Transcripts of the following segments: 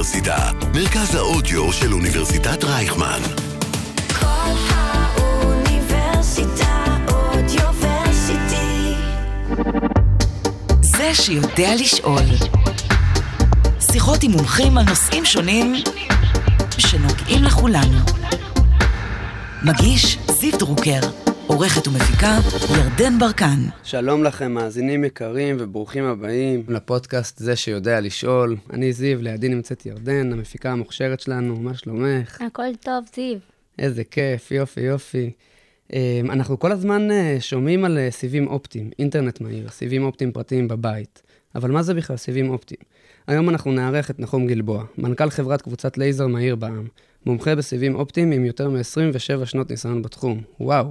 האוניברסיטה, מרכז האודיו של אוניברסיטת רייכמן. כל האוניברסיטה אודיוורסיטי. זה שיודע לשאול. שיחות עם מומחים על נושאים שונים שנוגעים לכולנו. מגיש זיו דרוקר, עורכת ומפיקה ירדן ברקן. שלום לכם מאזינים יקרים וברוכים הבאים לפודקאסט זה שיודע לשאול. אני זיו, לידי נמצאת ירדן, המפיקה המוכשרת שלנו. מה שלומך? הכל טוב, זיו. איזה כיף, יופי יופי. אנחנו כל הזמן שומעים על סיבים אופטיים, אינטרנט מהיר, סיבים אופטיים פרטיים בבית. אבל מה זה בכלל סיבים אופטיים? היום אנחנו נערך את נחום גלבוע, מנכ"ל חברת קבוצת לייזר מהיר בע"מ, מומחה בסיבים אופטיים עם יותר מ-27 שנות ניסיון בתחום. וואו.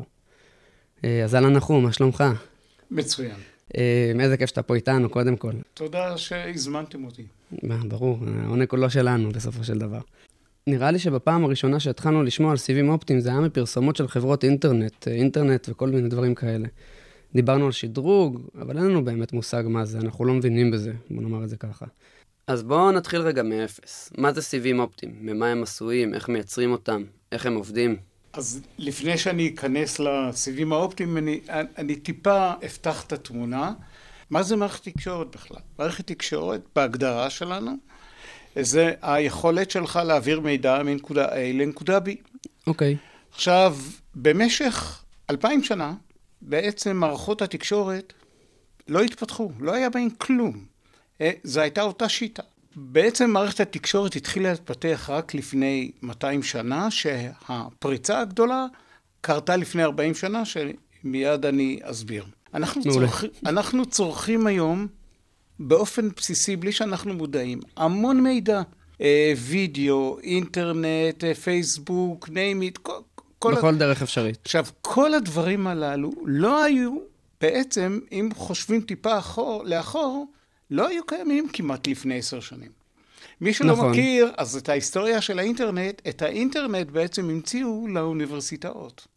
אז אהלן נחום, מה שלומך? מצוין. איזה כיף שאתה פה איתנו, קודם כל. תודה שהזמנתם אותי. ברור, העונג כולו שלנו בסופו של דבר. נראה לי שבפעם הראשונה שהתחלנו לשמוע על סיבים אופטיים, זה היה מפרסומות של חברות אינטרנט וכל מיני דברים כאלה. דיברנו על שדרוג, אבל אין לנו באמת מושג מה זה, אנחנו לא מבינים בזה, בוא נאמר את זה ככה. אז בואו נתחיל רגע מאפס. מה זה סיבים אופטיים? ממה הם עשויים? איך מייצרים אותם? איך הם עובדים? אז לפני שאני אכנס לסיבים האופטיים, אני טיפה אפתח את התמונה. מה זה מערכת תקשורת בכלל? מערכת תקשורת, בהגדרה שלנו, זה היכולת שלך להעביר מידע מנקודה A לנקודה B. אוקיי. עכשיו, במשך 2000 שנה, בעצם מערכות התקשורת לא התפתחו, לא היה בהן כלום. זו הייתה אותה שיטה. בעצם מערכת התקשורת התחילה להתפתח רק לפני 200 שנה, שהפריצה הגדולה קרתה לפני 40 שנה, שמיד אני אסביר. אנחנו צורכים היום באופן בסיסי, בלי שאנחנו מודעים, המון מידע. וידאו, אינטרנט, פייסבוק, ניימית, בכל דרך אפשרית. עכשיו, כל הדברים הללו לא היו, בעצם, אם חושבים טיפה לאחור, לא היו קיימים כמעט לפני 10 שנים. מי שלא מכיר, אז את ההיסטוריה של האינטרנט, את האינטרנט בעצם המציאו לאוניברסיטאות.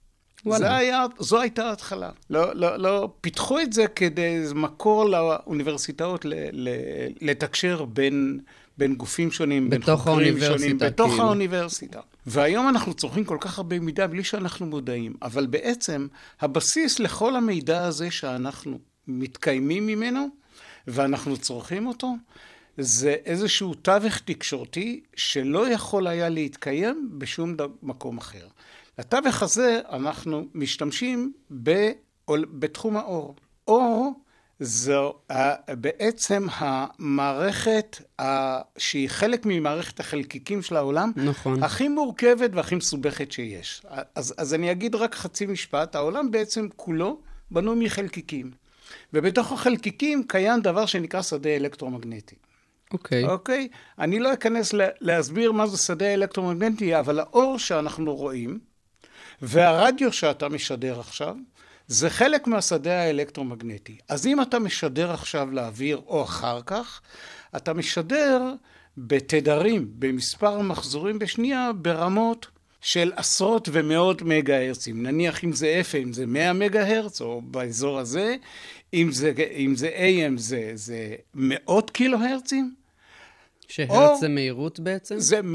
זו הייתה ההתחלה. לא פיתחו את זה כדי מקור לאוניברסיטאות לתקשר בין גופים שונים, בין חוקרים שונים, בתוך האוניברסיטה. והיום אנחנו צורכים כל כך הרבה מידע בלי שאנחנו מודעים, אבל בעצם הבסיס לכל המידע הזה שאנחנו מתקיימים ממנו, ואנחנו צורכים אותו, זה איזשהו תווך תקשורתי שלא יכול היה להתקיים בשום מקום אחר. לתווך הזה אנחנו משתמשים בתחום האור. אור זו בעצם המערכת שהיא חלק ממערכת החלקיקים של העולם, נכון. הכי מורכבת והכי מסובכת שיש. אז אני אגיד רק חצי משפט, העולם בעצם כולו בנוי מחלקיקים. ובתוך החלקיקים קיים דבר שנקרא שדה אלקטרומגנטי. אוקיי? אני לא אכנס להסביר מה זה שדה אלקטרומגנטי, אבל האור שאנחנו רואים, והרדיו שאתה משדר עכשיו, זה חלק מהשדה האלקטרומגנטי. אז אם אתה משדר עכשיו לאוויר או אחר כך, אתה משדר בתדרים, במספר מחזורים בשנייה, ברמות של עשרות ומאות מגה הרצים. נניח אם זה FM, אם זה 100 מגה הרץ, או באזור הזה, אם זה AM, זה מאות קילו הרצים. שהרץ זה מהירות בעצם?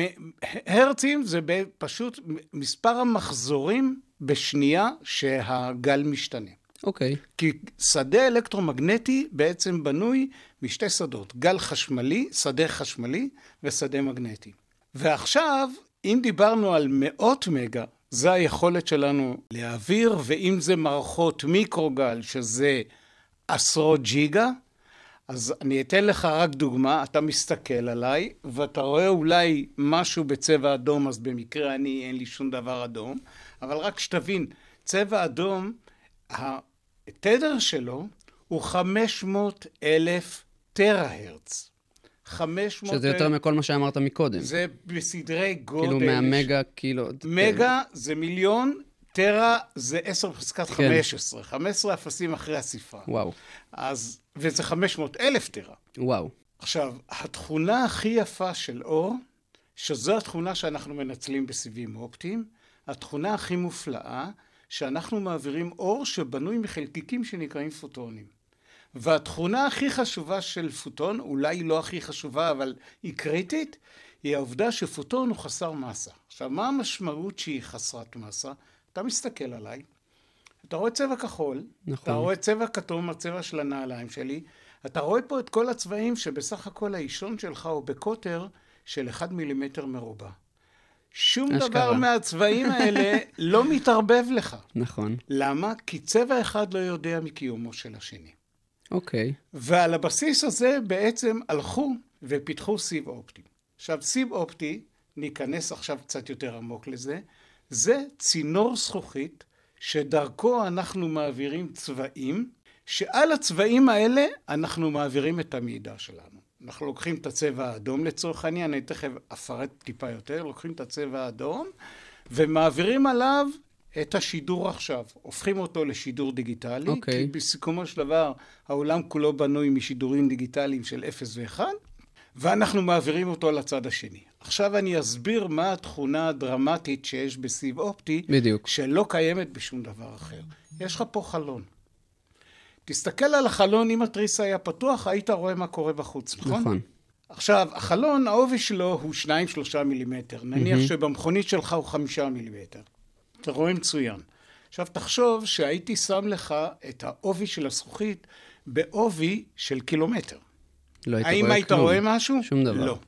הרצים זה פשוט מספר המחזורים בשנייה שהגל משתנה. אוקיי. כי שדה אלקטרומגנטי בעצם בנוי משתי שדות, גל חשמלי, שדה חשמלי ושדה מגנטי. ועכשיו, אם דיברנו על מאות מגה, זה היכולת שלנו להעביר, ואם זה מערכות מיקרוגל, שזה עשרות ג'יגה, אז אני אתן לך רק דוגמה, אתה מסתכל עליי, ואתה רואה אולי משהו בצבע אדום, אז במקרה אין לי שום דבר אדום, אבל רק שתבין, צבע אדום, התדר שלו הוא 500,000 טרה-הרץ. שזה יותר מכל מה שאמרת מקודם. זה בסדרי גודל. כאילו מהמגה קילו. מגה זה מיליון, טרה זה 10 בחזקת 15. 15 אפסים אחרי הספרה. וואו. וזה 500,000 טרה. וואו. עכשיו, התכונה הכי יפה של אור, שזו התכונה שאנחנו מנצלים בסיבים אופטיים, התכונה הכי מופלאה, שאנחנו מעבירים אור שבנוי מחלקיקים שנקראים פוטונים. והתכונה הכי חשובה של פוטון, אולי לא הכי חשובה, אבל היא קריטית, היא העובדה שפוטון הוא חסר מסה. עכשיו, מה המשמעות שהיא חסרת מסה? אתה מסתכל עליי, אתה רואה צבע כחול, נכון. אתה רואה צבע כתום, הצבע של הנעליים שלי, אתה רואה פה את כל הצבעים שבסך הכל האישון שלך הוא בקוטר של 1 מילימטר מרובע. שום אשכרה. דבר מהצבעים האלה לא מתערבב לך. נכון. למה? כי צבע אחד לא יודע מקיומו של השני. אוקיי. ועל הבסיס הזה בעצם הלכו ופיתחו סיב אופטי. עכשיו, סיב אופטי, ניכנס עכשיו קצת יותר עמוק לזה, זה צינור זכוכית שדרכו אנחנו מעבירים צבעים, שעל הצבעים האלה אנחנו מעבירים את המידע שלנו. אנחנו לוקחים את הצבע האדום לצורך העניין, אני תכף אפרט טיפה יותר, לוקחים את הצבע האדום ומעבירים עליו את השידור עכשיו. הופכים אותו לשידור דיגיטלי, כי בסיכומו של דבר העולם כולו בנוי משידורים דיגיטליים של 0 ו-1, ואנחנו מעבירים אותו לצד השני. עכשיו אני אסביר מה התכונה הדרמטית שיש בסיב אופטי, בדיוק. שלא קיימת בשום דבר אחר. יש לך פה חלון. תסתכל על החלון, אם התריס היה פתוח, היית רואה מה קורה בחוץ, נכון? נכון. עכשיו, החלון, העובי שלו הוא 2-3 מילימטר. נניח שבמכונית שלך הוא 5 מילימטר. אתה רואה מצוין. עכשיו, תחשוב שהייתי שם לך את העובי של הזכוכית בעובי של קילומטר. לא היית האם רואה היית כלום. רואה משהו? שום דבר. לא.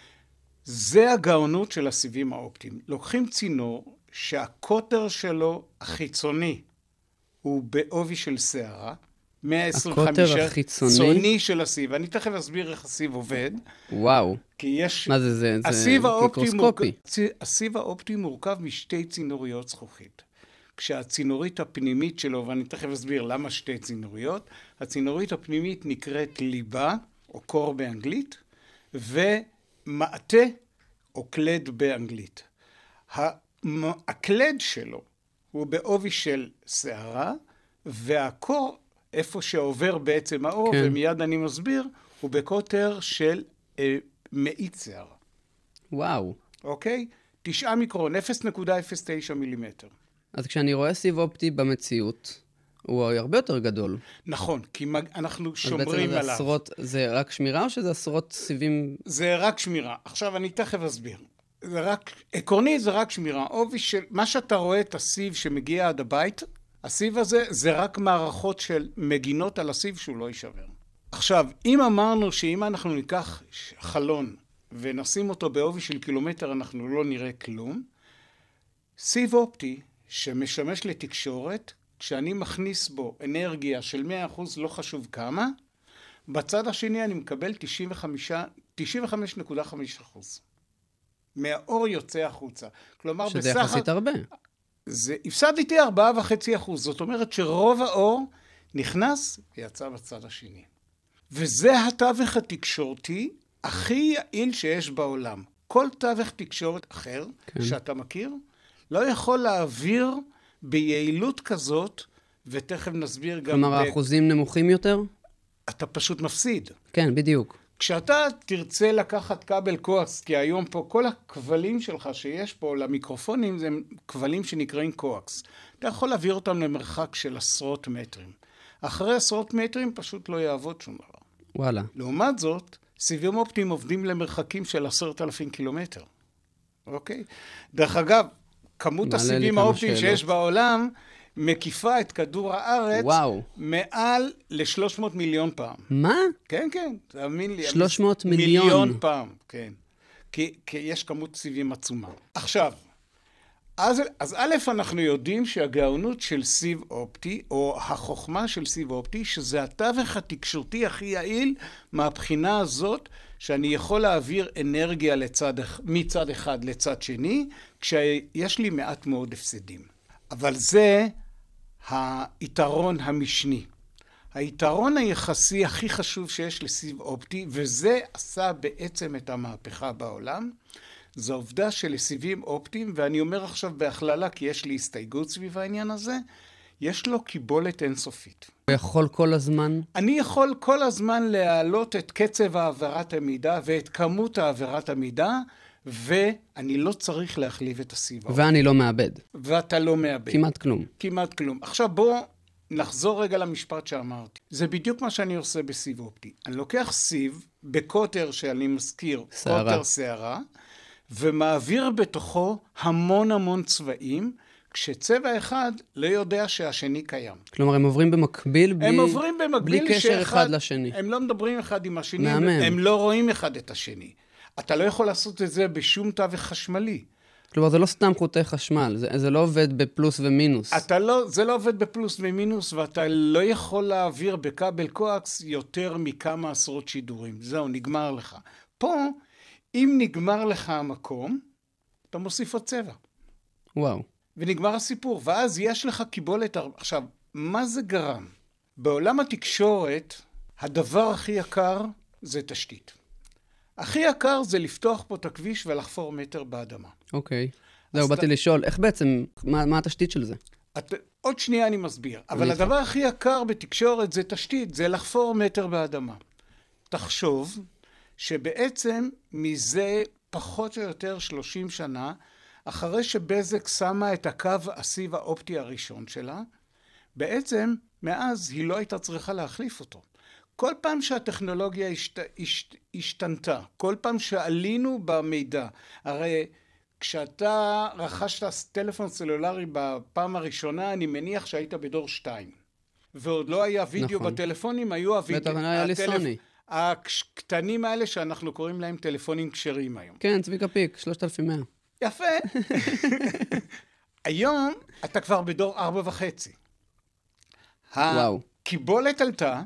זה הגאונות של הסיבים האופטיים. לוקחים צינור שהקוטר שלו החיצוני הוא בעובי של שערה, 125 הקוטר החיצוני של הסיב. אני תכף אסביר איך הסיב עובד. וואו. כי יש... מה זה הסיב האופטי מיקרוסקופי. הסיב האופטי מורכב משתי צינוריות זכוכית. כשהצינורית הפנימית שלו, ואני תכף אסביר למה שתי צינוריות, הצינורית הפנימית נקראת ליבה, או קור באנגלית, ומעטה, או קלד באנגלית. הקלד שלו הוא בעובי של שערה, והקור, איפה שעובר בעצם האור, כן. ומיד אני מסביר, הוא בקוטר של מאית שערה. וואו. אוקיי? 9 מיקרון, 0.09 מילימטר. אז כשאני רואה סיב אופטי במציאות, הוא הרבה יותר גדול. נכון, כי אנחנו שומרים אז בעצם זה עליו. עשרות, זה רק שמירה או שזה עשרות סיבים? זה רק שמירה. עכשיו אני תכף אסביר. זה רק, עקרונית זה רק שמירה. עובי של, מה שאתה רואה את הסיב שמגיע עד הבית, הסיב הזה זה רק מערכות של מגינות על הסיב שהוא לא יישבר. עכשיו, אם אמרנו שאם אנחנו ניקח חלון ונשים אותו בעובי של קילומטר, אנחנו לא נראה כלום, סיב אופטי שמשמש לתקשורת, כשאני מכניס בו אנרגיה של 100%, לא חשוב כמה, בצד השני אני מקבל 95.5%. מהאור יוצא החוצה. כלומר, שזה יחסית הרבה. הפסדתי 4.5%. זאת אומרת שרוב האור נכנס ויצא בצד השני. וזה התווך התקשורתי הכי יעיל שיש בעולם. כל תווך תקשורת אחר שאתה מכיר, לא יכול להעביר ביעילות כזאת, ותכף נסביר גם... כלומר, האחוזים נמוכים יותר? אתה פשוט מפסיד. כן, בדיוק. כשאתה תרצה לקחת כבל קואקס, כי היום פה כל הכבלים שלך שיש פה למיקרופונים, זה כבלים שנקראים קואקס. אתה יכול להעביר אותם למרחק של עשרות מטרים. אחרי עשרות מטרים פשוט לא יעבוד שום דבר. וואלה. לעומת זאת, סיבים אופטיים עובדים למרחקים של 10,000 קילומטר. אוקיי? דרך אגב, כמות הסיבים האופטיים שיש בעולם מקיפה את כדור הארץ מעל ל-300 מיליון פעם. מה? כן, כן, תאמין לי. 300 מיליון. מיליון פעם, כן. כי יש כמות סיבים עצומה. עכשיו, אז א', אנחנו יודעים שהגאונות של סיב אופטי, או החוכמה של סיב אופטי, שזה התווך התקשורתי הכי יעיל מהבחינה הזאת, שאני יכול להעביר אנרגיה מצד אחד לצד שני, כשיש לי מעט מאוד הפסדים. אבל זה היתרון המשני. היתרון היחסי הכי חשוב שיש לסיב אופטי, וזה עשה בעצם את המהפכה בעולם, זו העובדה שלסיבים אופטיים, ואני אומר עכשיו בהכללה, כי יש לי הסתייגות סביב העניין הזה, יש לו קיבולת אינסופית. הוא יכול כל הזמן? אני יכול כל הזמן להעלות את קצב העברת המידע ואת כמות העברת המידע, ואני לא צריך להחליף את הסיב האופטי. ואני לא מאבד. ואתה לא מאבד. כמעט כלום. כמעט כלום. עכשיו בוא נחזור רגע למשפט שאמרתי. זה בדיוק מה שאני עושה בסיב אופטי. אני לוקח סיב בקוטר שאני מזכיר, קוטר שערה, ומעביר בתוכו המון צבעים, כשצבע אחד לא יודע שהשני קיים. כלומר, הם עוברים במקביל בלי קשר שאחד, אחד לשני. הם לא מדברים אחד עם השני, מהמם. הם לא רואים אחד את השני. אתה לא יכול לעשות את זה בשום תווך חשמלי. כלומר, זה לא סתם חוטי חשמל, זה לא עובד בפלוס ומינוס. זה לא עובד בפלוס ומינוס, ואתה לא יכול להעביר בכבל קואקס יותר מכמה עשרות שידורים. זהו, נגמר לך. פה, אם נגמר לך המקום, אתה מוסיף עוד צבע. וואו. ונגמר הסיפור, ואז יש לך קיבולת. עכשיו, מה זה גרם? בעולם התקשורת, הדבר הכי יקר זה תשתית. הכי יקר זה לפתוח פה את הכביש ולחפור מטר באדמה. אוקיי. זהו, באתי לשאול, איך בעצם, מה התשתית של זה? עוד שנייה אני מסביר, אבל הדבר הכי יקר בתקשורת זה תשתית, זה לחפור מטר באדמה. תחשוב שבעצם מזה פחות או יותר 30 שנה, אחרי שבזק שמה את הקו הסיב האופטי הראשון שלה, בעצם מאז היא לא הייתה צריכה להחליף אותו. כל פעם שהטכנולוגיה השתנתה, כל פעם שעלינו במידע, הרי כשאתה רכשת טלפון סלולרי בפעם הראשונה, אני מניח שהיית בדור 2. ועוד לא היה וידאו נכון. בטלפונים, היו בטח היה לי סוני. הקטנים האלה שאנחנו קוראים להם טלפונים כשרים היום. כן, צביקה פיק, 3100. יפה. היום אתה כבר בדור 4.5. וואו. הקיבולת עלתה,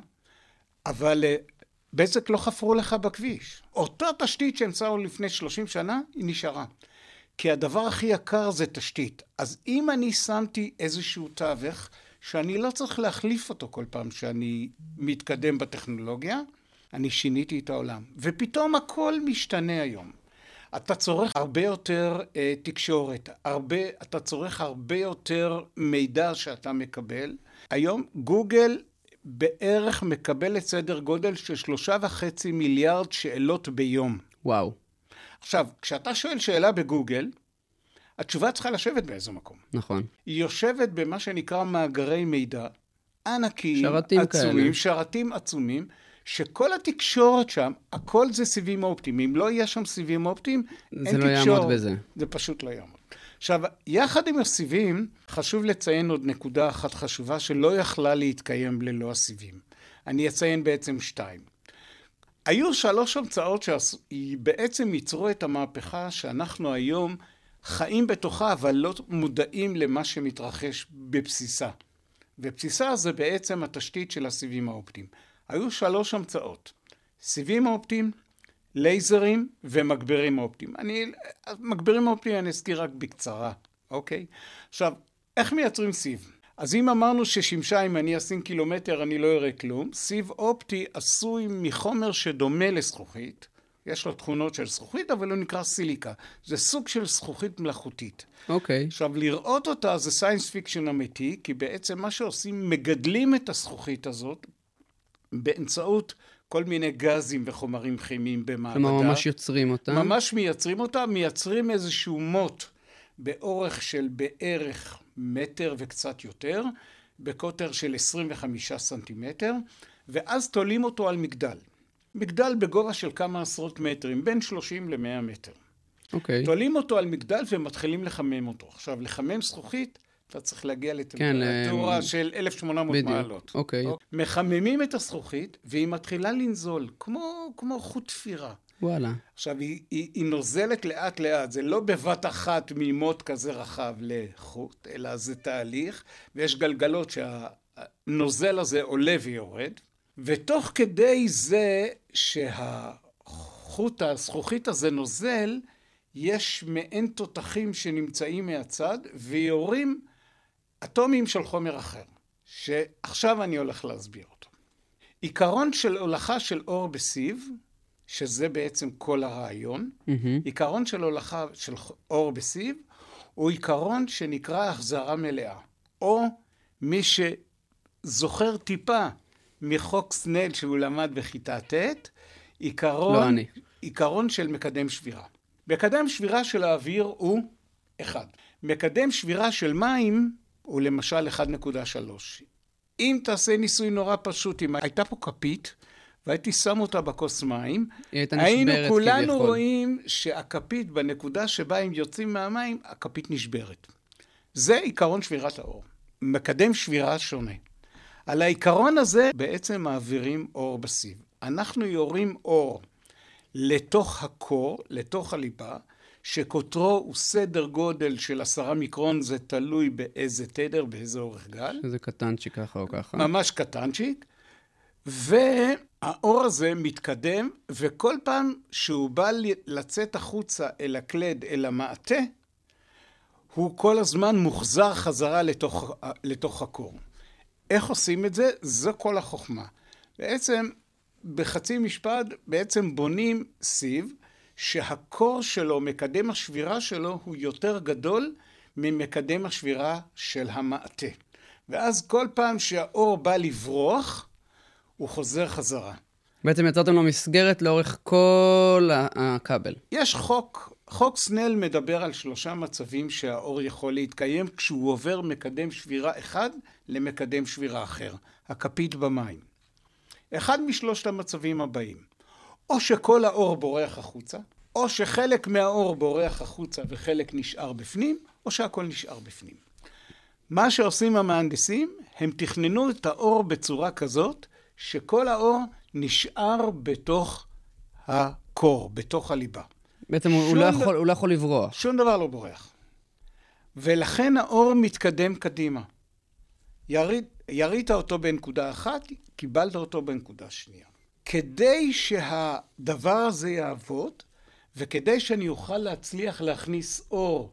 אבל בזק לא חפרו לך בכביש. אותה תשתית שהם שמו לפני 30 שנה, היא נשארה. כי הדבר הכי יקר זה תשתית. אז אם אני שמתי איזשהו תווך, שאני לא צריך להחליף אותו כל פעם שאני מתקדם בטכנולוגיה, אני שיניתי את העולם. ופתאום הכל משתנה היום. אתה צורך הרבה יותר תקשורת, אתה צורך הרבה יותר מידע שאתה מקבל. היום גוגל בערך מקבלת סדר גודל של 3.5 מיליארד שאלות ביום. וואו. עכשיו, כשאתה שואל שאלה בגוגל, התשובה צריכה לשבת באיזה מקום. נכון. היא יושבת במה שנקרא מאגרי מידע, ענקים, שרתים עצומים, כאלה. שרתים עצומים, שכל התקשורת שם, הכל זה סיבים אופטיים. אם לא יהיה שם סיבים אופטיים, אין זה לא תקשורת. יעמוד בזה. זה פשוט לא יעמוד. עכשיו, יחד עם הסיבים, חשוב לציין עוד נקודה אחת חשובה, שלא יכלה להתקיים ללא הסיבים. אני אציין בעצם 2. היו 3 המצאות שבעצם ייצרו את המהפכה שאנחנו היום חיים בתוכה, אבל לא מודעים למה שמתרחש בבסיסה. ובסיסה זה בעצם התשתית של הסיבים האופטיים. היו 3 המצאות. סיבים אופטיים, לייזרים ומגברים אופטיים. מגברים אופטיים אני אזכיר רק בקצרה, אוקיי? עכשיו, איך מייצרים סיב? אז אם אמרנו ששמשה, אם אני אשים קילומטר, אני לא אראה כלום. סיב אופטי עשוי מחומר שדומה לזכוכית. יש לו תכונות של זכוכית, אבל הוא נקרא סיליקה. זה סוג של זכוכית מלאכותית. אוקיי. עכשיו, לראות אותה זה סיינס פיקשן אמיתי, כי בעצם מה שעושים, מגדלים את הזכוכית הזאת באמצעות כל מיני גזים וחומרים כימיים במעבדה. כלומר, ממש יוצרים אותה. ממש מייצרים אותה, מייצרים איזשהו מוט באורך של בערך מטר וקצת יותר, בקוטר של 25 סנטימטר, ואז תולים אותו על מגדל. מגדל בגובה של כמה עשרות מטרים, בין 30 ל-100 מטר. אוקיי. תולים אותו על מגדל ומתחילים לחמם אותו. עכשיו, לחמם זכוכית, אתה צריך להגיע לטמפרטורה של 1800 מעלות. אוקיי. מחממים את הזכוכית, והיא מתחילה לנזול, כמו חוט תפירה. וואלה. עכשיו, היא נוזלת לאט לאט, זה לא בבת אחת ממוט כזה רחב לחוט, אלא זה תהליך, ויש גלגלות שהנוזל הזה עולה ויורד, ותוך כדי זה שהחוט הזכוכית הזה נוזל, יש מעין תותחים שנמצאים מהצד, ויורים אטומים של חומר אחר, שעכשיו אני הולך להסביר אותו. עיקרון של הולכה של אור בסיב, שזה בעצם כל הרעיון, עיקרון של הולכה של אור בסיב, הוא עיקרון שנקרא החזרה מלאה, או מי שזוכר טיפה מחוק סנל שהוא למד בכיתה ט', עיקרון של מקדם שבירה. מקדם שבירה של האוויר הוא 1. מקדם שבירה של מים הוא למשל 1.3. אם תעשה ניסוי נורא פשוט, אם הייתה פה כפית, והייתי שם אותה בכוס מים, היינו כולנו רואים שהכפית, בנקודה שבה הם יוצאים מהמים, הכפית נשברת. זה עיקרון שבירת האור. מקדם שבירה שונה. על העיקרון הזה בעצם מעבירים אור בסיב. אנחנו יורים אור לתוך הקור, לתוך הליבה, שקוטרו הוא סדר גודל של 10 מיקרון, זה תלוי באיזה תדר, באיזה אורך גל. שזה קטנצ'יק ככה או ככה. ממש קטנצ'יק. והאור הזה מתקדם, וכל פעם שהוא בא לצאת החוצה אל הקלד, אל המעטה, הוא כל הזמן מוחזר חזרה לתוך הקור. איך עושים את זה? זו כל החוכמה. בעצם, בחצי משפט, בעצם בונים סיב, שהקור שלו, מקדם השבירה שלו, הוא יותר גדול ממקדם השבירה של המעטה. ואז כל פעם שהאור בא לברוח, הוא חוזר חזרה. בעצם יצרתם לו מסגרת לאורך כל הכבל. יש חוק סנל מדבר על 3 מצבים שהאור יכול להתקיים כשהוא עובר מקדם שבירה אחד למקדם שבירה אחר. הכפית במים. אחד משלושת המצבים הבאים. או שכל האור בורח החוצה, או שחלק מהאור בורח החוצה וחלק נשאר בפנים, או שהכל נשאר בפנים. מה שעושים המהנדסים, הם תכננו את האור בצורה כזאת, שכל האור נשאר בתוך הקור, בתוך הליבה. בעצם הוא לא יכול לברוח. שום דבר לא בורח. ולכן האור מתקדם קדימה. ירית אותו בנקודה אחת, קיבלת אותו בנקודה שנייה. כדי שהדבר הזה יעבוד, וכדי שאני אוכל להצליח להכניס אור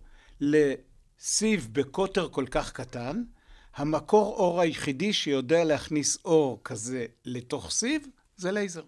לסיב בקוטר כל כך קטן, המקור אור היחידי שיודע להכניס אור כזה לתוך סיב, זה לייזר.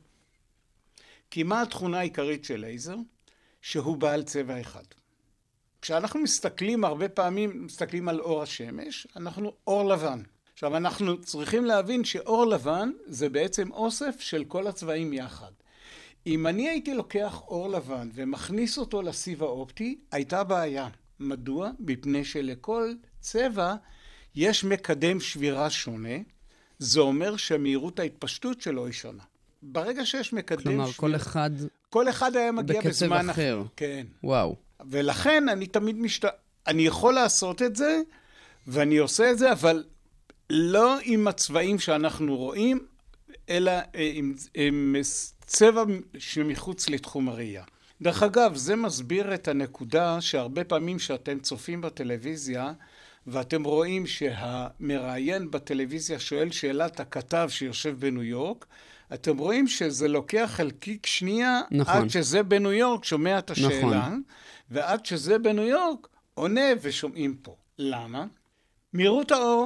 כי מה התכונה העיקרית של לייזר? שהוא בעל צבע אחד. כשאנחנו מסתכלים, הרבה פעמים מסתכלים על אור השמש, אנחנו אור לבן. עכשיו אנחנו צריכים להבין שאור לבן זה בעצם אוסף של כל הצבעים יחד. אם אני הייתי לוקח אור לבן ומכניס אותו לסיב האופטי, הייתה בעיה. מדוע? מפני שלכל צבע יש מקדם שבירה שונה, זה אומר שמהירות ההתפשטות שלו היא שונה. ברגע שיש מקדם כלומר, שבירה... כל אחד היה מגיע בזמן אחר. כן. וואו. ולכן אני תמיד אני יכול לעשות את זה, ואני עושה את זה, אבל לא עם הצבעים שאנחנו רואים, אלא עם צבע שמחוץ לתחום הראייה. דרך אגב, זה מסביר את הנקודה שהרבה פעמים שאתם צופים בטלוויזיה, ואתם רואים שהמראיין בטלוויזיה שואל שאלת הכתב שיושב בניו יורק, אתם רואים שזה לוקח חלקיק שנייה, נכון. עד שזה בניו יורק שומע את השאלה, נכון. ועד שזה בניו יורק עונה ושומעים פה. למה? מהירות האור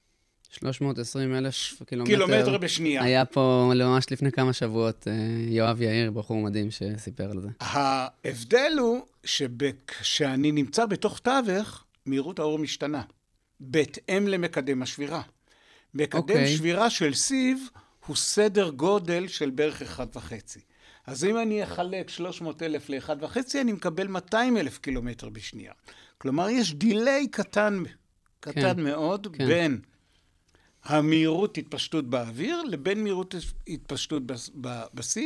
320,000 קילומטר בשנייה. היה פה ממש לפני כמה שבועות יואב יאיר, בחור מדהים שסיפר על זה. ההבדל הוא שכשאני נמצא בתוך תווך, מהירות האור משתנה, בהתאם למקדם השבירה. מקדם שבירה של סיב הוא סדר גודל של בערך 1.5. אז אם אני אחלק 300,000 ל-1.5, אני מקבל 200,000 קילומטר בשנייה. כלומר, יש דילי קטן מאוד בין המהירות התפשטות באוויר לבין מהירות התפשטות בסיב,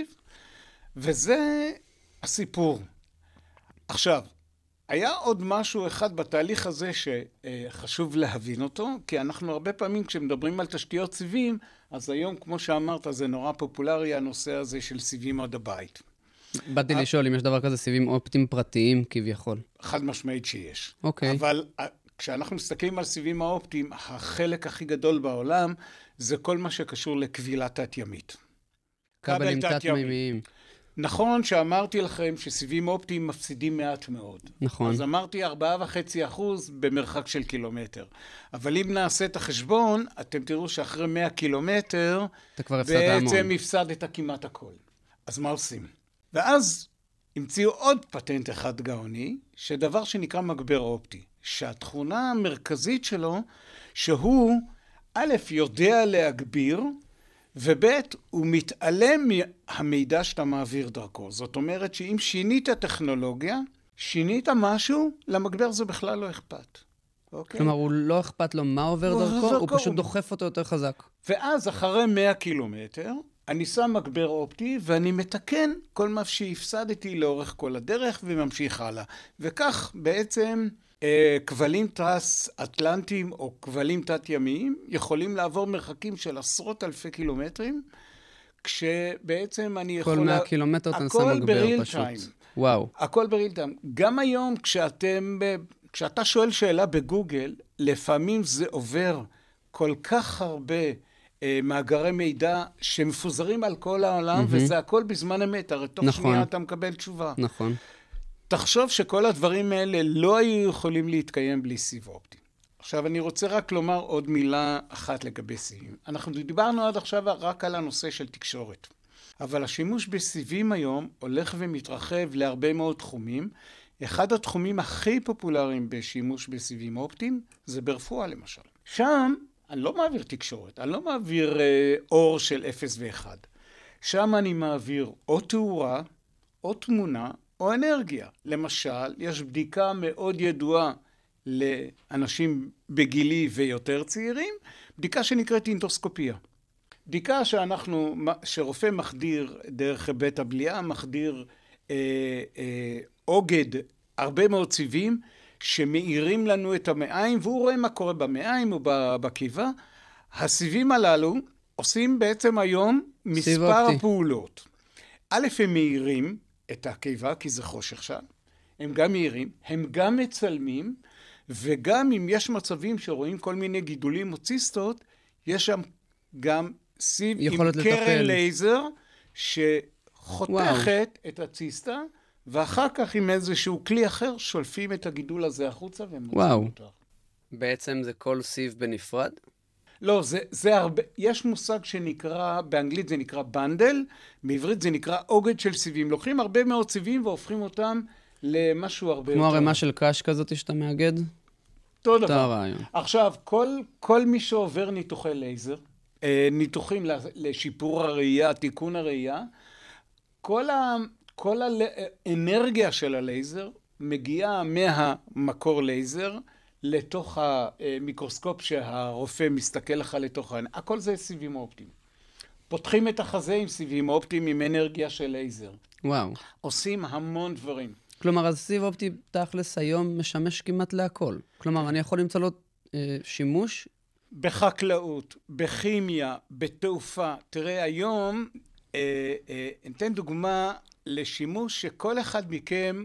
וזה הסיפור. עכשיו, היה עוד משהו אחד בתהליך הזה שחשוב להבין אותו, כי אנחנו הרבה פעמים כשמדברים על תשתיות סיבים, אז היום, כמו שאמרת, זה נורא פופולרי הנושא הזה של סיבים עד הבית. באתי לשאול אם יש דבר כזה סיבים אופטיים פרטיים כביכול. חד משמעית שיש. אוקיי. אבל כשאנחנו מסתכלים על סיבים האופטיים, החלק הכי גדול בעולם זה כל מה שקשור לכבילת תת-ימית. כבלים תת-מימיים. נכון שאמרתי לכם שסיבים אופטיים מפסידים מעט מאוד. נכון. אז אמרתי 4.5% במרחק של קילומטר. אבל אם נעשה את החשבון, אתם תראו שאחרי 100 קילומטר, בעצם הפסדת כמעט הכל. אז מה עושים? ואז המציאו עוד פטנט אחד גאוני, שדבר שנקרא מגבר אופטי. שהתכונה המרכזית שלו, שהוא א' יודע להגביר, וב' הוא מתעלם מהמידע שאתה מעביר דרכו. זאת אומרת שאם שינית טכנולוגיה, שינית משהו, למגבר זה בכלל לא אכפת. אוקיי? כלומר, הוא לא אכפת לו מה עובר דרכו, הוא פשוט דוחף אותו יותר חזק. ואז אחרי 100 קילומטר, אני שם מגבר אופטי, ואני מתקן כל מה שהפסדתי לאורך כל הדרך, וממשיך הלאה. וכך בעצם כבלים טרנס-אטלנטיים, או כבלים תת-ימיים, יכולים לעבור מרחקים של עשרות אלפי קילומטרים, כשבעצם אני יכול... כל 100 קילומטר אתה שם מגבר פשוט. וואו. הכל בריל טיים. גם היום כשאתה שואל שאלה בגוגל, לפעמים זה עובר כל כך הרבה מאגרי מידע שמפוזרים על כל העולם, וזה הכל בזמן אמת, הרי תוך שנייה אתה מקבל תשובה. נכון. תחשוב שכל הדברים האלה לא היו יכולים להתקיים בלי סיב אופטי. עכשיו אני רוצה רק לומר עוד מילה אחת לגבי סיבים. אנחנו דיברנו עד עכשיו רק על הנושא של תקשורת. אבל השימוש בסיבים היום הולך ומתרחב להרבה מאוד תחומים. אחד התחומים הכי פופולריים בשימוש בסיבים אופטיים זה ברפואה למשל. שם אני לא מעביר תקשורת, אני לא מעביר אור של 0 ו-1. שם אני מעביר או תאורה, או תמונה, או אנרגיה. למשל, יש בדיקה מאוד ידועה לאנשים בגילי ויותר צעירים, בדיקה שנקראת אינדוסקופיה. בדיקה שרופא מחדיר דרך בית הבליעה, מחדיר אוגד, הרבה מאוד סיבים, שמאירים לנו את המעיים, והוא רואה מה קורה במעיים או בקיבה. הסיבים הללו עושים בעצם היום מספר פעולות. א', הם מאירים את הקיבה, כי זה חושך שם. הם גם מאירים, הם גם מצלמים, וגם אם יש מצבים שרואים כל מיני גידולים או ציסטות, יש שם גם סיב עם קרן לייזר, שחותכת את הציסטה, ואחר כך עם איזשהו כלי אחר, שולפים את הגידול הזה החוצה ומוצאים אותו. בעצם זה כל סיב בנפרד? לא, זה הרבה, יש מושג שנקרא, באנגלית זה נקרא בנדל, בעברית זה נקרא אוגד של סיבים. לוקחים הרבה מאוד סיבים והופכים אותם למשהו הרבה יותר. כמו הרמה של קש כזאת שאתה מאגד? אותו דבר. עכשיו, כל מי שעובר ניתוחי לייזר, ניתוחים לשיפור הראייה, תיקון הראייה, כל האנרגיה של הלייזר מגיעה מהמקור לייזר לתוך המיקרוסקופ שהרופא מסתכל לך לתוך העין. הכל זה סיבים אופטיים. פותחים את החזה עם סיבים אופטיים עם אנרגיה של לייזר. וואו. עושים המון דברים. כלומר, אז סיב אופטי תכלס היום משמש כמעט להכל. כלומר, אני יכול למצוא לו שימוש? בחקלאות, בכימיה, בתעופה. תראה, היום ניתן דוגמה לשימוש שכל אחד מכם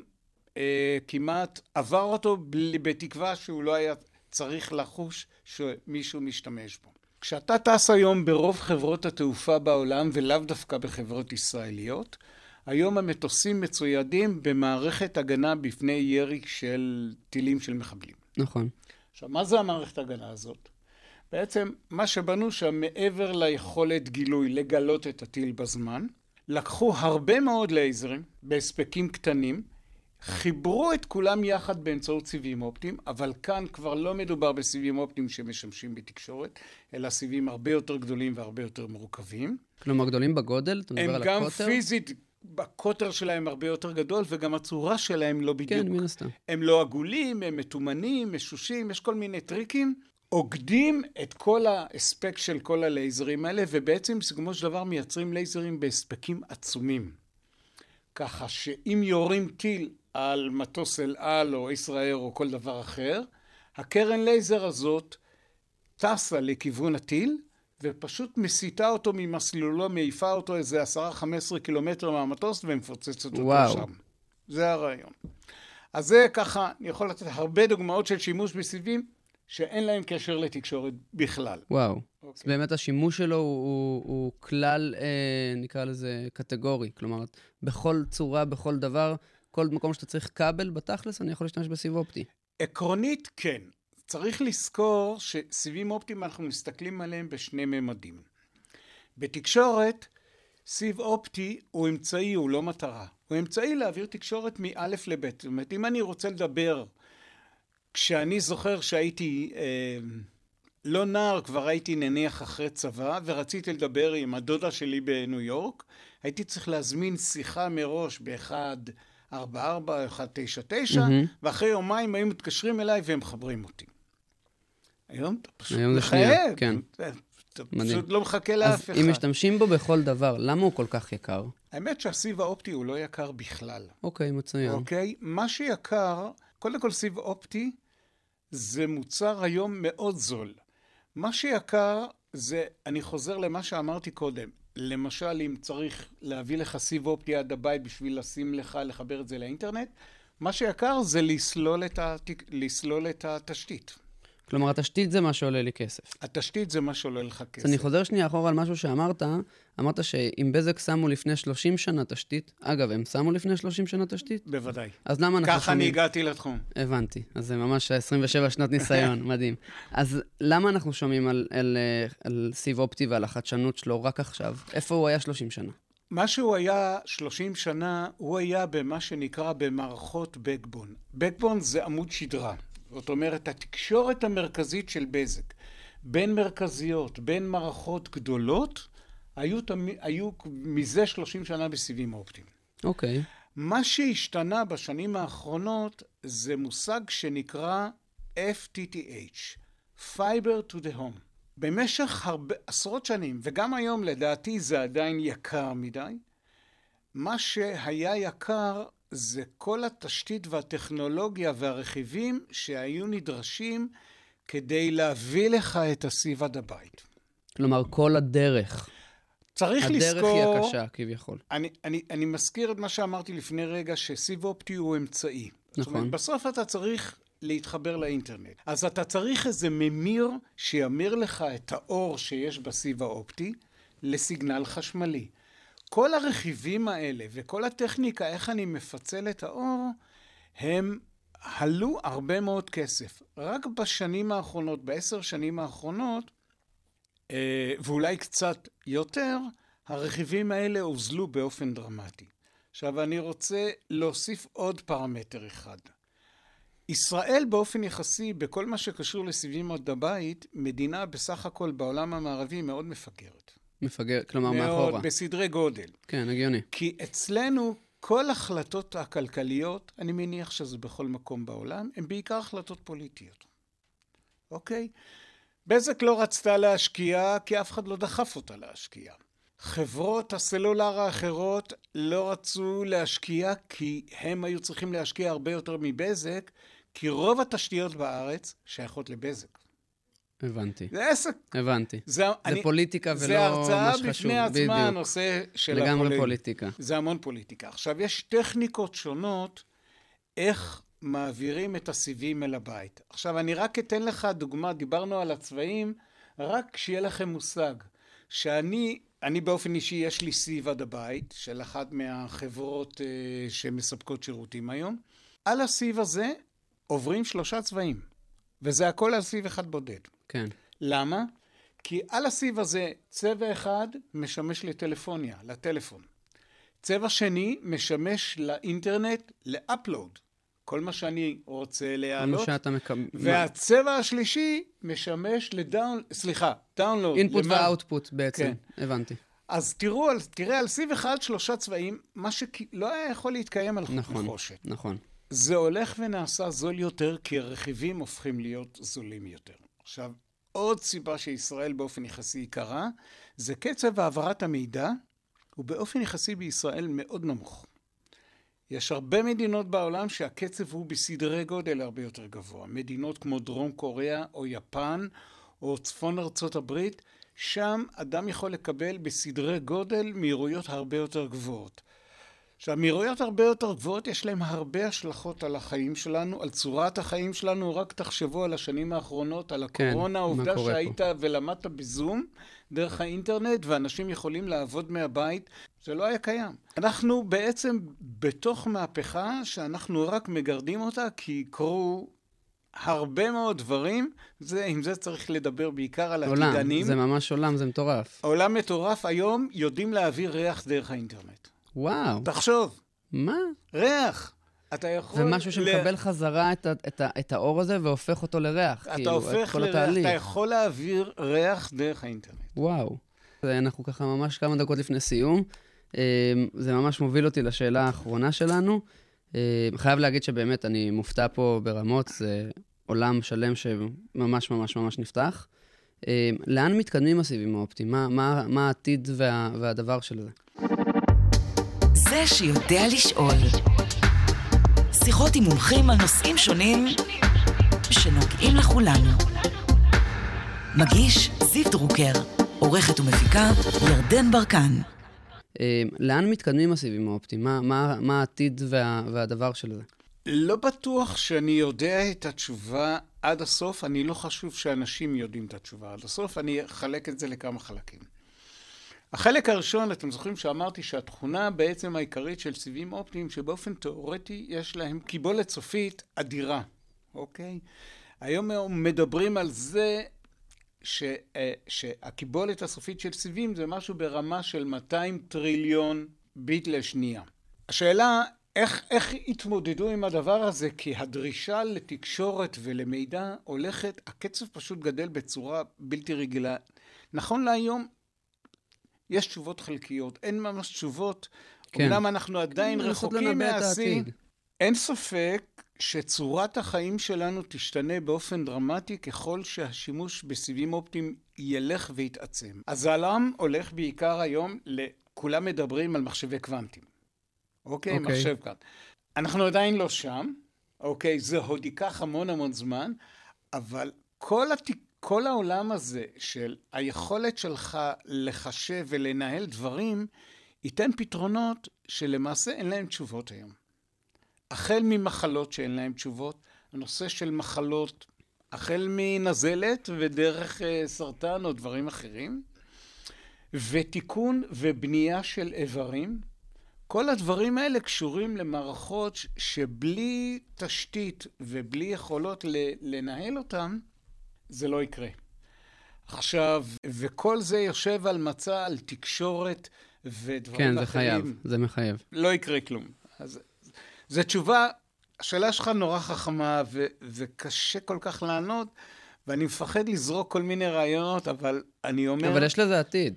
כמעט עבר אותו בתקווה שהוא לא היה צריך לחוש שמישהו משתמש בו. כשאתה טס היום ברוב חברות התעופה בעולם ולאו דווקא בחברות ישראליות, היום המטוסים מצוידים במערכת הגנה בפני ירי של טילים של מחבלים. נכון. עכשיו, מה זה המערכת הגנה הזאת? בעצם מה שבנו שם מעבר ליכולת גילוי לגלות את הטיל בזמן, לקחו הרבה מאוד לייזרים בהספקים קטנים, חיברו את כולם יחד באמצעות סיבים אופטיים, אבל כאן כבר לא מדובר בסיבים אופטיים שמשמשים בתקשורת, אלא סיבים הרבה יותר גדולים והרבה יותר מורכבים. כלומר, גדולים בגודל? אתה מדבר על הקוטר? הם גם פיזית, בקוטר שלהם הרבה יותר גדול, וגם הצורה שלהם לא בדיוק. כן, מן הסתם. הם לא עגולים, הם מתומנים, משושים, יש כל מיני טריקים. עוגדים את כל האספק של כל הלייזרים האלה, ובעצם בסיכומו של דבר מייצרים לייזרים בהספקים עצומים. ככה שאם יורים טיל על מטוס אל על או ישראל או כל דבר אחר, הקרן לייזר הזאת טסה לכיוון הטיל, ופשוט מסיטה אותו ממסלולו, מעיפה אותו איזה 10-15 קילומטר מהמטוס, ומפוצצת אותו שם. זה הרעיון. אז זה ככה, אני יכול לתת הרבה דוגמאות של שימוש בסיבים, שאין להם קשר לתקשורת בכלל. וואו. אז באמת השימוש שלו הוא כלל, נקרא לזה קטגורי. כלומר, בכל צורה, בכל דבר, כל מקום שאתה צריך כבל בתכלס, אני יכול להשתמש בסיב אופטי. עקרונית, כן. צריך לזכור שסיבים אופטיים אנחנו מסתכלים עליהם בשני ממדים. בתקשורת, סיב אופטי הוא אמצעי, הוא לא מטרה. הוא אמצעי להעביר תקשורת מאלף לבית. זאת אומרת, אם אני רוצה לדבר, כשאני זוכר שהייתי לא נער, כבר הייתי נניח אחרי צבא, ורציתי לדבר עם הדודה שלי בניו יורק, הייתי צריך להזמין שיחה מראש ב-144, 199, ואחרי יומיים היו מתקשרים אליי והם מחברים אותי. היום אתה פשוט היום זה שנייה, מחייב. כן. אתה מדהים. פשוט לא מחכה לאף אחד. אז אם משתמשים בו בכל דבר, למה הוא כל כך יקר? האמת שהסיב האופטי הוא לא יקר בכלל. אוקיי, מצוין. אוקיי? מה שיקר, קודם כל סיב אופטי, זה מוצר היום מאוד זול. מה שיקר זה, אני חוזר למה שאמרתי קודם, למשל אם צריך להביא לך סיב אופטי עד הבית בשביל לשים לך, לחבר את זה לאינטרנט, מה שיקר זה לסלול את התשתית. כלומר, התשתית זה מה שעולה לי כסף. התשתית זה מה שעולה לך כסף. אז אני חוזר שנייה אחורה על משהו שאמרת, אמרת שאם בזק שמו לפני 30 שנה תשתית, אגב, הם שמו לפני 30 שנה תשתית? בוודאי. אז למה אנחנו ככה אני הגעתי לתחום. הבנתי, אז זה ממש 27 שנות ניסיון, מדהים. אז למה אנחנו שומעים על סיב אופטי ועל החדשנות שלו רק עכשיו? איפה הוא היה 30 שנה? מה שהוא היה 30 שנה, הוא היה במה שנקרא במערכות בקבון. בקבון זה עמוד שדרה. זאת אומרת, התקשורת המרכזית של בזק, בין מרכזיות, בין מערכות גדולות, היו מזה 30 שנה בסיבים אופטיים. אוקיי. מה שהשתנה בשנים האחרונות זה מושג שנקרא FTTH, Fiber to the Home. במשך עשרות שנים, וגם היום לדעתי זה עדיין יקר מדי, מה שהיה יקר זה כל התשתית והטכנולוגיה והרכיבים שהיו נדרשים כדי להביא לך את הסיב עד הבית. כלומר, כל הדרך. צריך הדרך לזכור... היא הקשה, כביכול. אני מזכיר את מה שאמרתי לפני רגע, שסיב אופטי הוא אמצעי. נכון. זאת אומרת, בסוף אתה צריך להתחבר לאינטרנט. אז אתה צריך איזה ממיר שימיר לך את האור שיש בסיב האופטי לסיגנל חשמלי. כל הרכיבים האלה וכל הטכניקה, איך אני מפצל את האור, הם עלו הרבה מאוד כסף. רק בשנים האחרונות, ב10 שנים האחרונות, ואולי קצת יותר, הרכיבים האלה הוזלו באופן דרמטי. עכשיו אני רוצה להוסיף עוד פרמטר אחד. ישראל באופן יחסי, בכל מה שקשור לסיבים עד הבית, מדינה בסך הכל בעולם המערבי מאוד מפגרת. מפגר, כלומר מאחורה. מאוד, בסדרי גודל. כן, הגיוני. כי אצלנו כל החלטות הכלכליות, אני מניח שזה בכל מקום בעולם, הן בעיקר החלטות פוליטיות. אוקיי? בזק לא רצתה להשקיע כי אף אחד לא דחף אותה להשקיע. חברות הסלולר האחרות לא רצו להשקיע כי הם היו צריכים להשקיע הרבה יותר מבזק, כי רוב התשתיות בארץ שייכות לבזק. הבנתי. זה עסק. הבנתי. זה פוליטיקה ולא זה מה שחשוב. הרצאה בפני עצמה, הנושא של לגמרי פוליטיקה. זה המון פוליטיקה. עכשיו, יש טכניקות שונות איך מעבירים את הסיבים אל הבית. עכשיו, אני רק אתן לך דוגמה, דיברנו על הצבעים, רק שיהיה לכם מושג, שאני באופן אישי, יש לי סיב עד הבית, של אחת מהחברות שמספקות שירותים היום. על הסיב הזה עוברים 3 צבעים, וזה הכל על סיב אחד בודד. כן. למה? כי על הסיב הזה צבע אחד משמש לטלפוניה, לטלפון. צבע שני משמש לאינטרנט, לאפלוד. כל מה שאני רוצה להעלות. והצבע השלישי משמש דאונלוד. אינפוט ואוטפוט בעצם, כן. הבנתי. אז תראה על סיב אחד 3 צבעים, מה שלא היה יכול להתקיים על חושת. נכון. זה הולך ונעשה זול יותר, כי הרכיבים הופכים להיות זולים יותר. עכשיו, עוד סיבה שישראל באופן יחסי יקרה, זה קצב העברת המידע, הוא באופן יחסי בישראל מאוד נמוך. יש הרבה מדינות בעולם שהקצב הוא בסדרי גודל הרבה יותר גבוה. מדינות כמו דרום קוריאה או יפן או צפון ארצות הברית, שם אדם יכול לקבל בסדרי גודל מהירויות הרבה יותר גבוהות. עכשיו, מהירויות הרבה יותר גבוהות יש להם הרבה השלכות על החיים שלנו, על צורת החיים שלנו. רק תחשבו על השנים האחרונות, על הקורונה, העובדה שהיית ולמדת בזום דרך האינטרנט, ואנשים יכולים לעבוד מהבית, זה לא היה קיים. אנחנו בעצם בתוך מהפכה שאנחנו רק מגרדים אותה, כי יקרו הרבה מאוד דברים, עם זה צריך לדבר בעיקר על עתידנים. זה ממש עולם, זה מטורף. עולם מטורף, היום יודעים להעביר ריח דרך האינטרנט. וואו. תחשוב. מה? ריח. אתה יכול... זה משהו שמקבל חזרה את האור הזה והופך אותו לריח. אתה הופך לריח, אתה יכול להעביר ריח דרך האינטרנט. וואו. אנחנו ככה ממש כמה דקות לפני סיום. זה ממש מוביל אותי לשאלה האחרונה שלנו. חייב להגיד שבאמת אני מופתע פה ברמות, זה עולם שלם שממש ממש ממש נפתח. לאן מתקדמים הסיבים האופטיים? מה העתיד והדבר של זה? זה שיודע לשאול. שיחות עם מומחים על נושאים שונים שנוגעים לכולנו. מגיש זיו דרוקר, עורכת ומפיקה ירדן ברקן. לאן מתקדמים הסיבים האופטיים? מה העתיד והדבר של זה? לא בטוח שאני יודע את התשובה עד הסוף. אני לא חשוב שאנשים יודעים את התשובה עד הסוף. אני אחלק את זה לכמה חלקים. החלק הראשון, אתם זוכרים שאמרתי שהתכונה בעצם העיקרית של סיבים אופטיים, שבאופן תיאורטי יש להם קיבולת סופית אדירה. אוקיי? היום מדברים על זה שהקיבולת הסופית של סיבים זה משהו ברמה של 200 טריליון ביט לשנייה. השאלה, איך התמודדו עם הדבר הזה? כי הדרישה לתקשורת ולמידע הולכת, הקצב פשוט גדל בצורה בלתי רגילה. נכון להיום, יש תשובות חלקיות, אין ממש תשובות. כן. אומנם אנחנו עדיין רחוקים מהשיא. אין ספק שצורת החיים שלנו תשתנה באופן דרמטי ככל שהשימוש בסיבים אופטיים ילך ויתעצם. אז העולם הולך בעיקר היום, כולם מדברים על מחשבי קוונטים. אוקיי, מחשב קוונט. אנחנו עדיין לא שם, אוקיי, זה עוד ייקח המון זמן, אבל כל העולם הזה של היכולת שלך לחשב ולנהל דברים, ייתן פתרונות שלמעשה אין להם תשובות היום. החל ממחלות שאין להם תשובות, הנושא של מחלות, החל מנזלת ודרך סרטן או דברים אחרים, ותיקון ובנייה של איברים, כל הדברים האלה קשורים למערכות שבלי תשתית ובלי יכולות לנהל אותם, זה לא יקרה. עכשיו, וכל זה יושב על מצע, על תקשורת ודברים אחרים. כן, זה חייב, זה מחייב. לא יקרה כלום. אז זו תשובה, השאלה שלך נורא חכמה וקשה כל כך לענות, ואני מפחד לזרוק כל מיני רעיונות, אבל אני אומר... אבל יש לזה עתיד.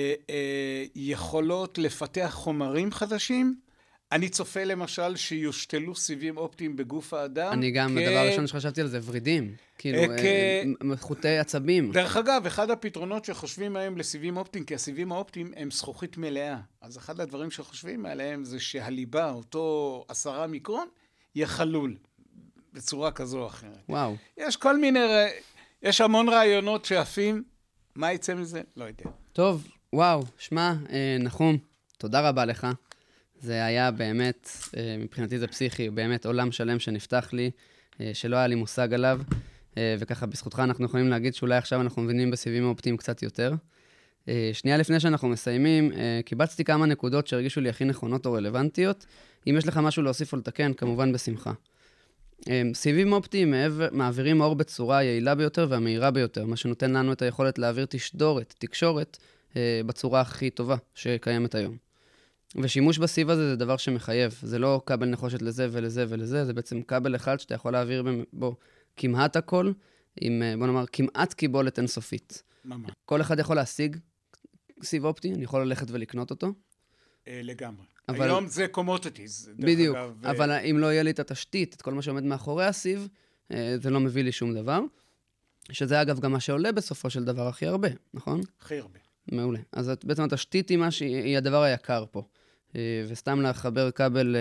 יכולות לפתח חומרים חדשים. אני צופה למשל שיושתלו סיבים אופטיים בגוף האדם. אני גם, הדבר הראשון שחשבתי על זה, ורידים. כאילו, חוטי עצבים. דרך אגב, אחד הפתרונות שחושבים היום לסיבים אופטיים, כי הסיבים האופטיים הם זכוכית מלאה. אז אחד הדברים שחושבים עליהם זה שהליבה, אותו 10 מיקרון, יהיה חלול. בצורה כזו או אחרת. וואו. יש כל מיני, יש המון רעיונות שעפים. מה יצא מזה? לא יודע. טוב, וואו, שמע, נחום, תודה רבה לך. זה היה באמת, מבחינתי זה פסיכי, באמת עולם שלם שנפתח לי, שלא היה לי מושג עליו, וככה בזכותך אנחנו יכולים להגיד שאולי עכשיו אנחנו מבינים בסיבים האופטיים קצת יותר. שנייה לפני שאנחנו מסיימים, קיבצתי כמה נקודות שהרגישו לי הכי נכונות או רלוונטיות. אם יש לך משהו להוסיף או לתקן, כמובן בשמחה. סיבים אופטיים מעבירים אור בצורה היעילה ביותר והמהירה ביותר, מה שנותן לנו את היכולת להעביר תקשורת, בצורה הכי טובה שקיימת היום. ושימוש בסיב הזה זה דבר שמחייב, זה לא כבל נחושת לזה ולזה ולזה, זה בעצם כבל אחד שאתה יכול להעביר בו כמעט הכל, עם, בוא נאמר, כמעט קיבולת אינסופית. ממש. כל אחד יכול להשיג סיב אופטי, אני יכול ללכת ולקנות אותו. לגמרי. אבל... היום זה קומודיטיז. בדיוק, אבל אם לא יהיה לי את התשתית, את כל מה שעומד מאחורי הסיב, זה לא מביא לי שום דבר. שזה אגב גם מה שעולה בסופו של דבר הכי הרבה, נכון? הכי הרבה. מעולה. אז בעצם התשתית היא הדבר היקר פה. וסתם לחבר כבל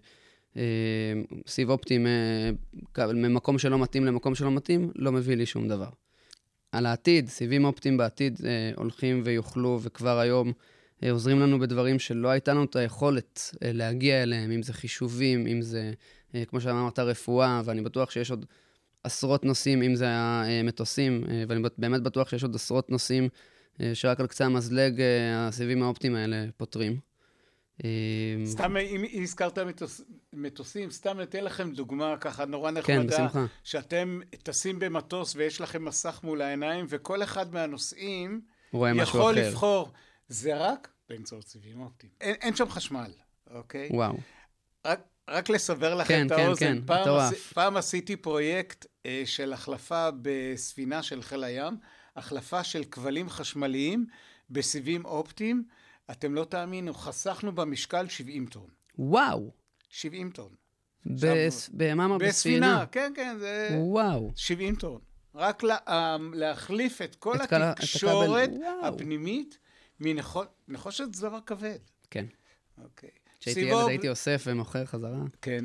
סיב אופטי ממקום שלא מתאים למקום שלא מתאים, לא מביא לי שום דבר. על העתיד, סיבים אופטיים בעתיד הולכים ויוכלו, וכבר היום עוזרים לנו בדברים שלא הייתה לנו את היכולת להגיע אליהם, אם זה חישובים, אם זה, כמו שאמרת, רפואה, ואני בטוח שיש עוד עשרות נושאים, אם זה המטוסים, ואני באמת בטוח שיש עוד עשרות נושאים שרק על קצה המזלג הסיבים האופטיים האלה פותרים. סתם, אם הזכרת מטוסים, סתם נתן לכם דוגמה ככה נורא נחמדה. כן, בשמחה. שאתם טסים במטוס ויש לכם מסך מול העיניים, וכל אחד מהנוסעים יכול לבחור. זה רק באמצעות סיבים אופטיים. אין שם חשמל, אוקיי? וואו. רק לסבר לכם את האוזן. פעם עשיתי פרויקט של החלפה בספינה של חיל הים, החלפה של כבלים חשמליים בסיבים אופטיים. אתם לא תאמינו, חסכנו במשקל 70 טון. וואו. 70 טון. ביממה בספינה? כן, זה... וואו. 70 טון. רק להחליף את כל התקשורת הפנימית מנחושת זה דבר כבד. כן. אוקיי. כשהייתי ילד הייתי אוסף ומוכר חזרה. כן.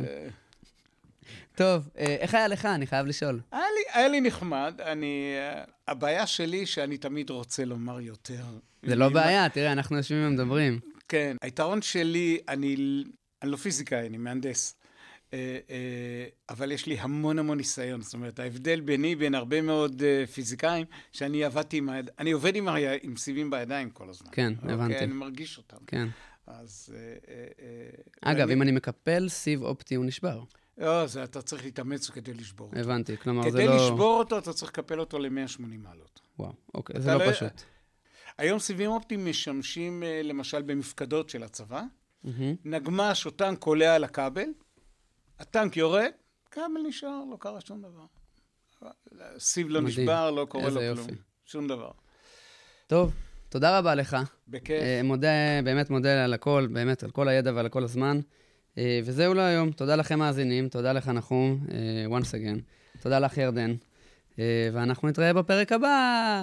טוב, איך היה לך? אני חייב לשאול. היה לי נחמד. הבעיה שלי שאני תמיד רוצה לומר יותר. זה לא בעיה, תראה, אנחנו יושבים ומדברים. כן. היתרון שלי, אני לא פיזיקאי, אני מהנדס. אבל יש לי המון ניסיון. זאת אומרת, ההבדל ביני בין הרבה מאוד פיזיקאים, שאני אני עובד עם סיבים בידיים כל הזמן. כן, הבנתי. אני מרגיש אותם. כן. אז... אגב, אם אני מקפל סיב אופטי, הוא נשבר. לא, אתה צריך להתאמץ כדי לשבור אותו. הבנתי, כלומר זה לא... כדי לשבור אותו, אתה צריך לקפל אותו ל-180 מעלות. וואו, אוקיי, זה לא פשוט. היום סיבים אופטיים משמשים, למשל, במפקדות של הצבא. נגמש או טנק עולה על הכבל, הטנק יורד, כבל נשאר, לא קרה שום דבר. סיב לא נשבר, לא קורה לו כלום. שום דבר. טוב, תודה רבה לך. בכיף. באמת מודה על הכל, באמת, על כל הידע ועל כל הזמן. וזהו להיום. תודה לכם מאזינים, תודה לך נחום, once again. תודה לך ירדן. ואנחנו נתראה בפרק הבא.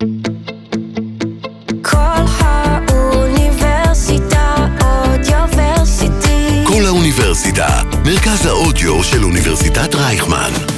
כל האוניברסיטה אודיוורסיטי. כל האוניברסיטה, מרכז האודיו של אוניברסיטת רייכמן.